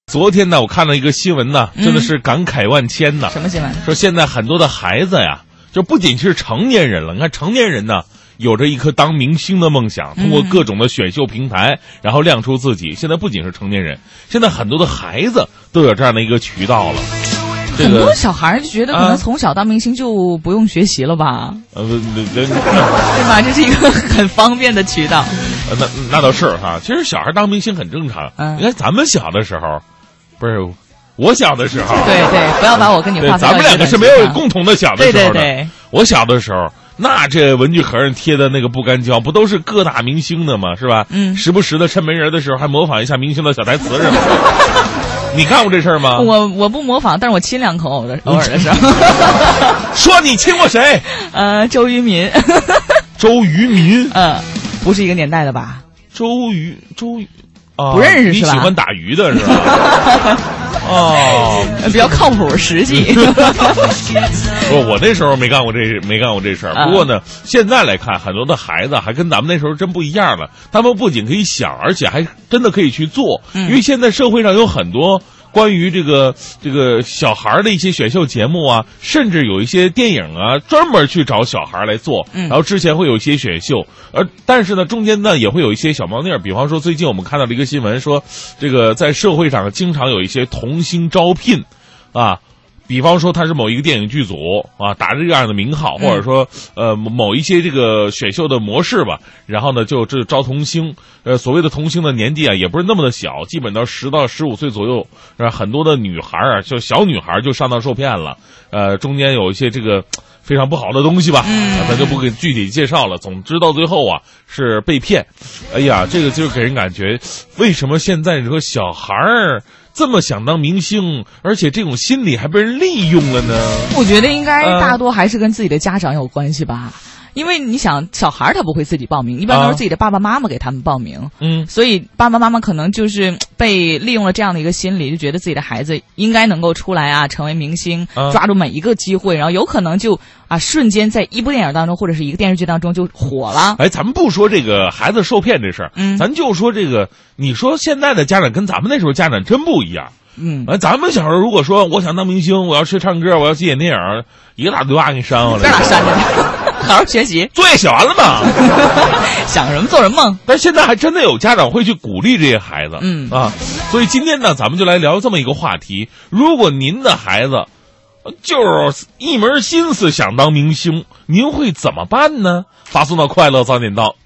昨天呢，我看了一个新闻呢，真的是感慨万千呐。 什么新闻？ 说现在很多的孩子呀，就不仅是成年人了，你看成年人呢，有着一颗当明星的梦想，通过各种的选秀平台，然后亮出自己。现在不仅是成年人，现在很多的孩子都有这样的一个渠道了。 很多小孩就觉得可能从小当明星就不用学习了吧？对吧？这是一个很方便的渠道。 那倒是哈。其实小孩当明星很正常。你看咱们小的时候，不是我小的时候， 对，不要把我跟你划分。 咱们两个是没有共同的小的时候的。 对， 我小的时候，那这文具盒上贴的那个不干胶，不都是各大明星的吗？是吧？时不时的抻门人的时候，还模仿一下明星的小台词是吗？你干过这事儿吗？ 我不模仿，但是我亲两口偶尔的时候。 说你亲过谁？ 周渝民。 周渝民？ 不是一个年代的吧？ 周渝不认识是吧？ 你喜欢打鱼的是吧？ 比较靠谱实际。 我那时候没干过这事儿。不过呢，现在来看，很多的孩子还跟咱们那时候真不一样了。他们不仅可以想，而且还真的可以去做。因为现在社会上有很多关于这个小孩的一些选秀节目啊，甚至有一些电影啊，专门去找小孩来做。然后之前会有一些选秀，但是呢，中间呢也会有一些小猫腻儿。比方说，最近我们看到了一个新闻，说这个在社会上经常有一些童星招聘，啊。比方说他是某一个电影剧组啊，打着这样的名号，或者说某一些这个选秀的模式吧，然后呢就这招童星，所谓的童星的年纪啊也不是那么的小，基本到10到15岁左右，很多的女孩啊，就小女孩就上当受骗了，中间有一些这个非常不好的东西吧，咱就不给具体介绍了。总之到最后啊是被骗，哎呀，这个就给人感觉，为什么现在你说小孩儿这么想当明星，而且这种心理还被人利用了呢？ 我觉得应该大多还是跟自己的家长有关系吧。因为你想，小孩他不会自己报名，一般都是自己的爸爸妈妈给他们报名。所以爸爸妈妈可能就是被利用了这样的一个心理，就觉得自己的孩子应该能够出来啊，成为明星，抓住每一个机会，然后有可能就瞬间在一部电影当中或者是一个电视剧当中就火了。 咱们不说这个孩子受骗这事儿，咱就说这个，你说现在的家长跟咱们那时候家长真不一样。咱们小时候如果说我想当明星，我要去唱歌，我要去演电影，一个大嘴巴给你扇过来。 在哪扇着？好好学习， 作业写完了吗？ 想什么做什么梦。 但是现在还真的有家长会去鼓励这些孩子，所以今天呢，咱们就来聊这么一个话题：如果您的孩子就是一门心思想当明星，您会怎么办呢？发送到快乐早点到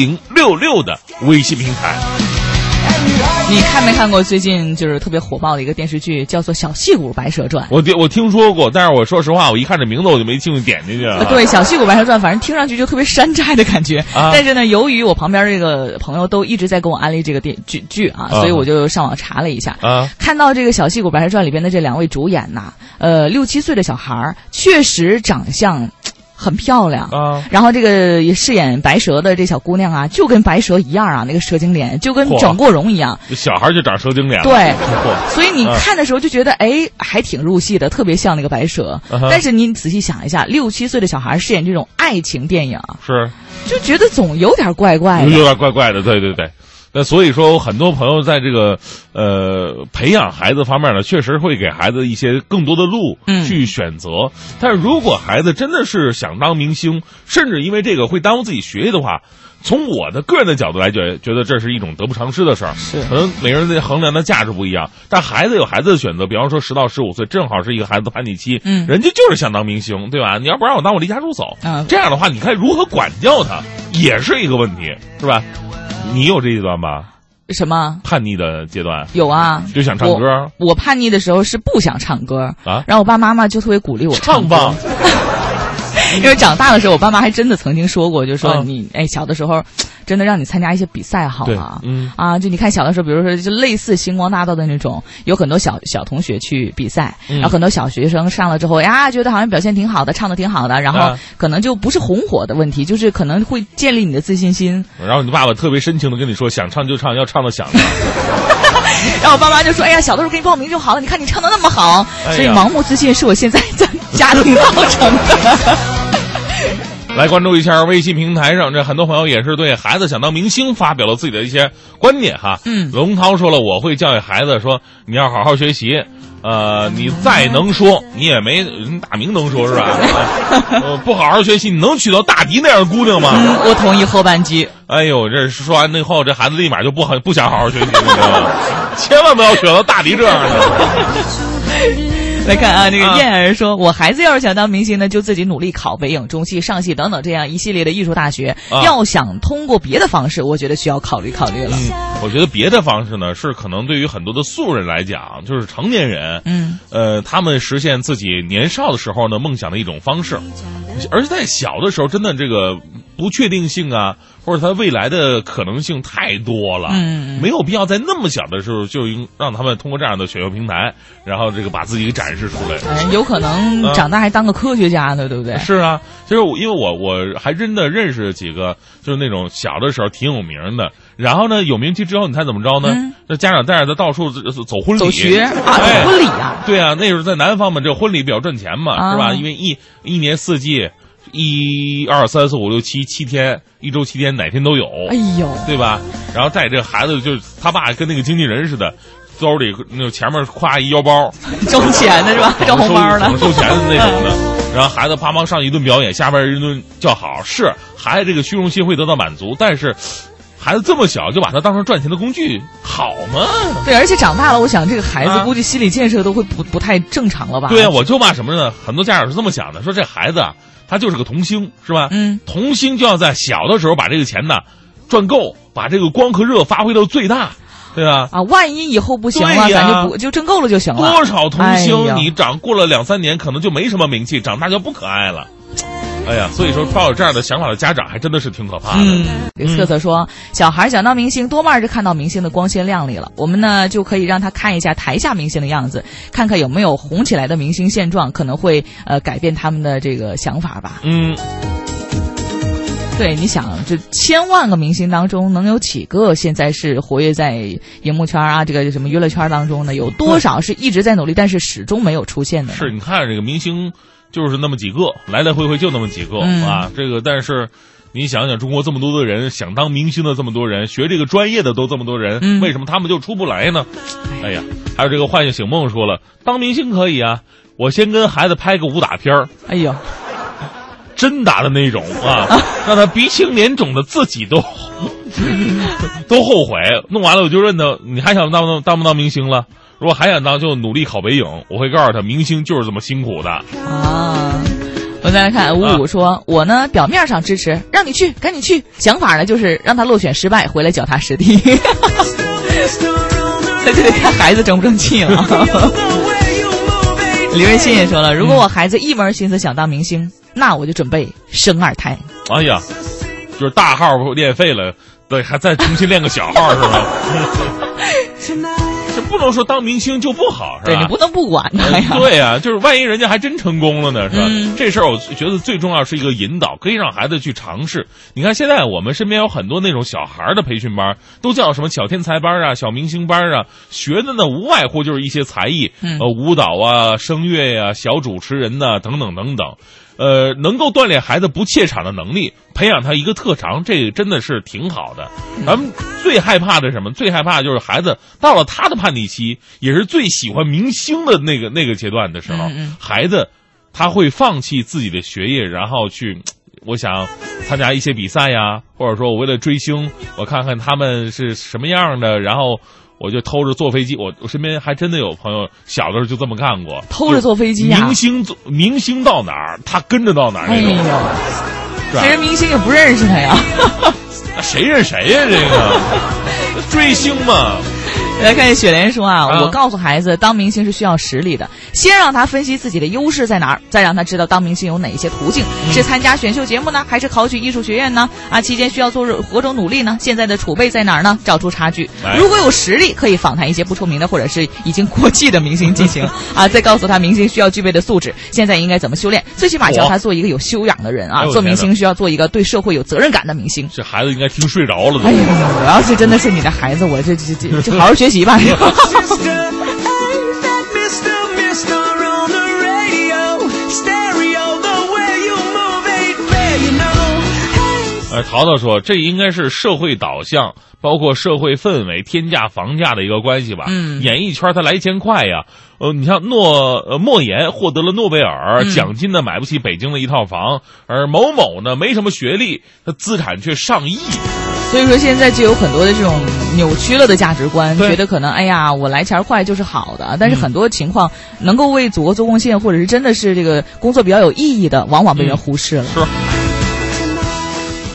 1066的微信平台。 你看没看过最近就是特别火爆的一个电视剧，叫做《小戏骨白蛇传》？ 我听说过，但是我说实话，我一看这名字我就没兴趣点进去了。 对，《小戏骨白蛇传》，反正听上去就特别山寨的感觉。但是呢，由于我旁边这个朋友都一直在跟我安利这个剧啊，所以我就上网查了一下。看到这个《小戏骨白蛇传》里边的这2位主演呐，6、7岁的小孩确实长相很漂亮然后这个饰演白蛇的这小姑娘啊，就跟白蛇一样啊，那个蛇精脸就跟整过容一样。 小孩就长蛇精脸了。 对，所以你看的时候就觉得还挺入戏的，特别像那个白蛇。但是你仔细想一下，6、7岁的小孩饰演这种爱情电影， 是就觉得总有点怪怪的， 有点怪怪的。对。那所以说，很多朋友在这个培养孩子方面呢，确实会给孩子一些更多的路去选择。但是如果孩子真的是想当明星，甚至因为这个会耽误自己学业的话，从我的个人的角度来觉得这是一种得不偿失的事儿。可能每个人的衡量的价值不一样，但孩子有孩子的选择。比方说10到15岁，正好是一个孩子的叛逆期，人家就是想当明星，对吧？你要不让我当，我离家出走。这样的话，你看如何管教他，也是一个问题，是吧？你有这阶段吧？ 什么叛逆的阶段？ 有啊， 就想唱歌。 我叛逆的时候是不想唱歌然后我爸妈妈就特别鼓励我唱吧。 因为长大的时候，我爸妈还真的曾经说过，就说你小的时候真的让你参加一些比赛好了。就你看小的时候，比如说就类似星光大道的那种，有很多小同学去比赛，然后很多小学生上了之后呀，觉得好像表现挺好的，唱的挺好的，然后可能就不是红火的问题，就是可能会建立你的自信心。 然后你爸爸特别深情的跟你说，想唱就唱，要唱的响的。 然后我爸妈就说：“哎呀，小的时候给你报名就好了，你看你唱的那么好。”所以盲目自信是我现在家庭造成的。 来关注一下微信平台上，这很多朋友也是对孩子想当明星发表了自己的一些观点哈。龙涛说了，我会教育孩子说，你要好好学习，你再能说，你也没大明能说是吧？不好好学习，你能娶到大迪那样的姑娘吗？ 我同意后半句。 哎呦，这说完以后，这孩子立马就不想好好学习，你知道吗？千万不要选到大迪这样的。 来看啊，这个燕儿说，我孩子要是想当明星呢，就自己努力考北影、中戏、上戏等等这样一系列的艺术大学。要想通过别的方式，我觉得需要考虑考虑了。 我觉得别的方式呢，是可能对于很多的素人来讲，就是成年人，他们实现自己年少的时候呢梦想的一种方式。而且在小的时候，真的这个不确定性啊，或者他未来的可能性太多了，没有必要在那么小的时候就让他们通过这样的选秀平台，然后这个把自己给展示出来。 有可能长大还当个科学家呢，对不对？ 是啊，其实因为我还真的认识几个，就是那种小的时候挺有名的，然后呢有名气之后，你猜怎么着呢？那家长带着他到处走婚礼、 走学啊，走婚礼啊。 对啊，那时候在南方嘛，这婚礼比较赚钱嘛，是吧？因为一年四季。1、2、3、4、5、6、7天，一周7天，哪天都有。 哎呦， 对吧？然后带这个孩子，就是他爸跟那个经纪人似的，兜里那前面挎一腰包， 收钱的是吧？收红包的， 收钱的那种的。然后孩子啪上一顿表演，下边一顿叫好，是孩子这个虚荣心会得到满足，但是。孩子这么小就把他当成赚钱的工具，好吗？ 对，而且长大了，我想这个孩子估计心理建设都会不太正常了吧？ 对啊，我就骂什么呢？很多家长是这么想的，说这孩子啊，他就是个童星，是吧？童星就要在小的时候把这个钱呢赚够，把这个光和热发挥到最大，对吧？ 啊，万一以后不行了，咱就挣够了就行了。 多少童星，你过了2、3年，可能就没什么名气，长大就不可爱了。哎呀，所以说抱有这样的想法的家长还真的是挺可怕的。 这个瑟瑟说，小孩想当明星，多半是看到明星的光鲜亮丽了。我们呢就可以让他看一下台下明星的样子，看看有没有红起来的明星现状，可能会改变他们的这个想法吧。对，你想，这千万个明星当中，能有几个现在是活跃在荧幕圈啊，这个什么娱乐圈当中呢？有多少是一直在努力，但是始终没有出现的呢？ 是，你看这个明星。就是那么几个，来来回回就那么几个啊！这个，但是你想想，中国这么多的人想当明星的这么多人，学这个专业的都这么多人，为什么他们就出不来呢？哎呀，还有这个幻醒醒梦说了，当明星可以啊，我先跟孩子拍个武打片儿， 哎呦， 真打的那种啊，让他鼻青脸肿的自己都后悔，弄完了我就认得，你还想当不当明星了？如果还想当，就努力考北影。我会告诉他，明星就是这么辛苦的啊。我们再来看55说，我呢表面上支持，让你去，赶紧去。想法呢就是让他落选失败，回来脚踏实地。那就得看孩子争不争气了。李瑞信也说了，如果我孩子一门心思想当明星，那我就准备生2胎。 哎呀，就是大号练废了，对，还再重新练个小号是吧？这不能说当明星就不好，是吧？ 对，你不能不管他呀。 对呀，就是万一人家还真成功了呢，是吧？这事儿我觉得最重要是一个引导，可以让孩子去尝试。你看现在我们身边有很多那种小孩的培训班，都叫什么小天才班啊、小明星班啊，学的呢无外乎就是一些才艺，舞蹈啊、声乐呀、小主持人呐、等等等等。能够锻炼孩子不怯场的能力，培养他一个特长，这个真的是挺好的。咱们最害怕的是什么？最害怕的就是孩子到了他的叛逆期，也是最喜欢明星的那个阶段的时候，孩子他会放弃自己的学业，然后去，我想参加一些比赛呀，或者说我为了追星，我看看他们是什么样的，然后我就偷着坐飞机。我身边还真的有朋友小的时候就这么干过， 偷着坐飞机呀。 明星到哪儿，他跟着到哪儿那种。 其实明星也不认识他呀。 谁认谁呀？这个追星嘛。 来看雪莲说啊，我告诉孩子，当明星是需要实力的，先让他分析自己的优势在哪儿，再让他知道当明星有哪些途径，是参加选秀节目呢，还是考取艺术学院呢？啊，期间需要做何种努力呢？现在的储备在哪儿呢？找出差距。如果有实力，可以访谈一些不出名的或者是已经过气的明星进行啊，再告诉他明星需要具备的素质，现在应该怎么修炼，最起码教他做一个有修养的人啊。做明星需要做一个对社会有责任感的明星。 这孩子应该听睡着了。 哎呀，我要是真的是你的孩子，我这好好学习吧。 Stereo, the way you move it, yeah, you know. 淘淘说，这应该是社会导向，包括社会氛围、天价房价的一个关系吧。演艺圈它来钱快呀。你像莫言获得了诺贝尔奖金呢，买不起北京的一套房，而某某呢没什么学历，他资产却上亿。 所以说现在就有很多的这种扭曲了的价值观，觉得可能哎呀我来钱快就是好的，但是很多情况能够为祖国做贡献，或者是真的是这个工作比较有意义的，往往被人忽视了。 是。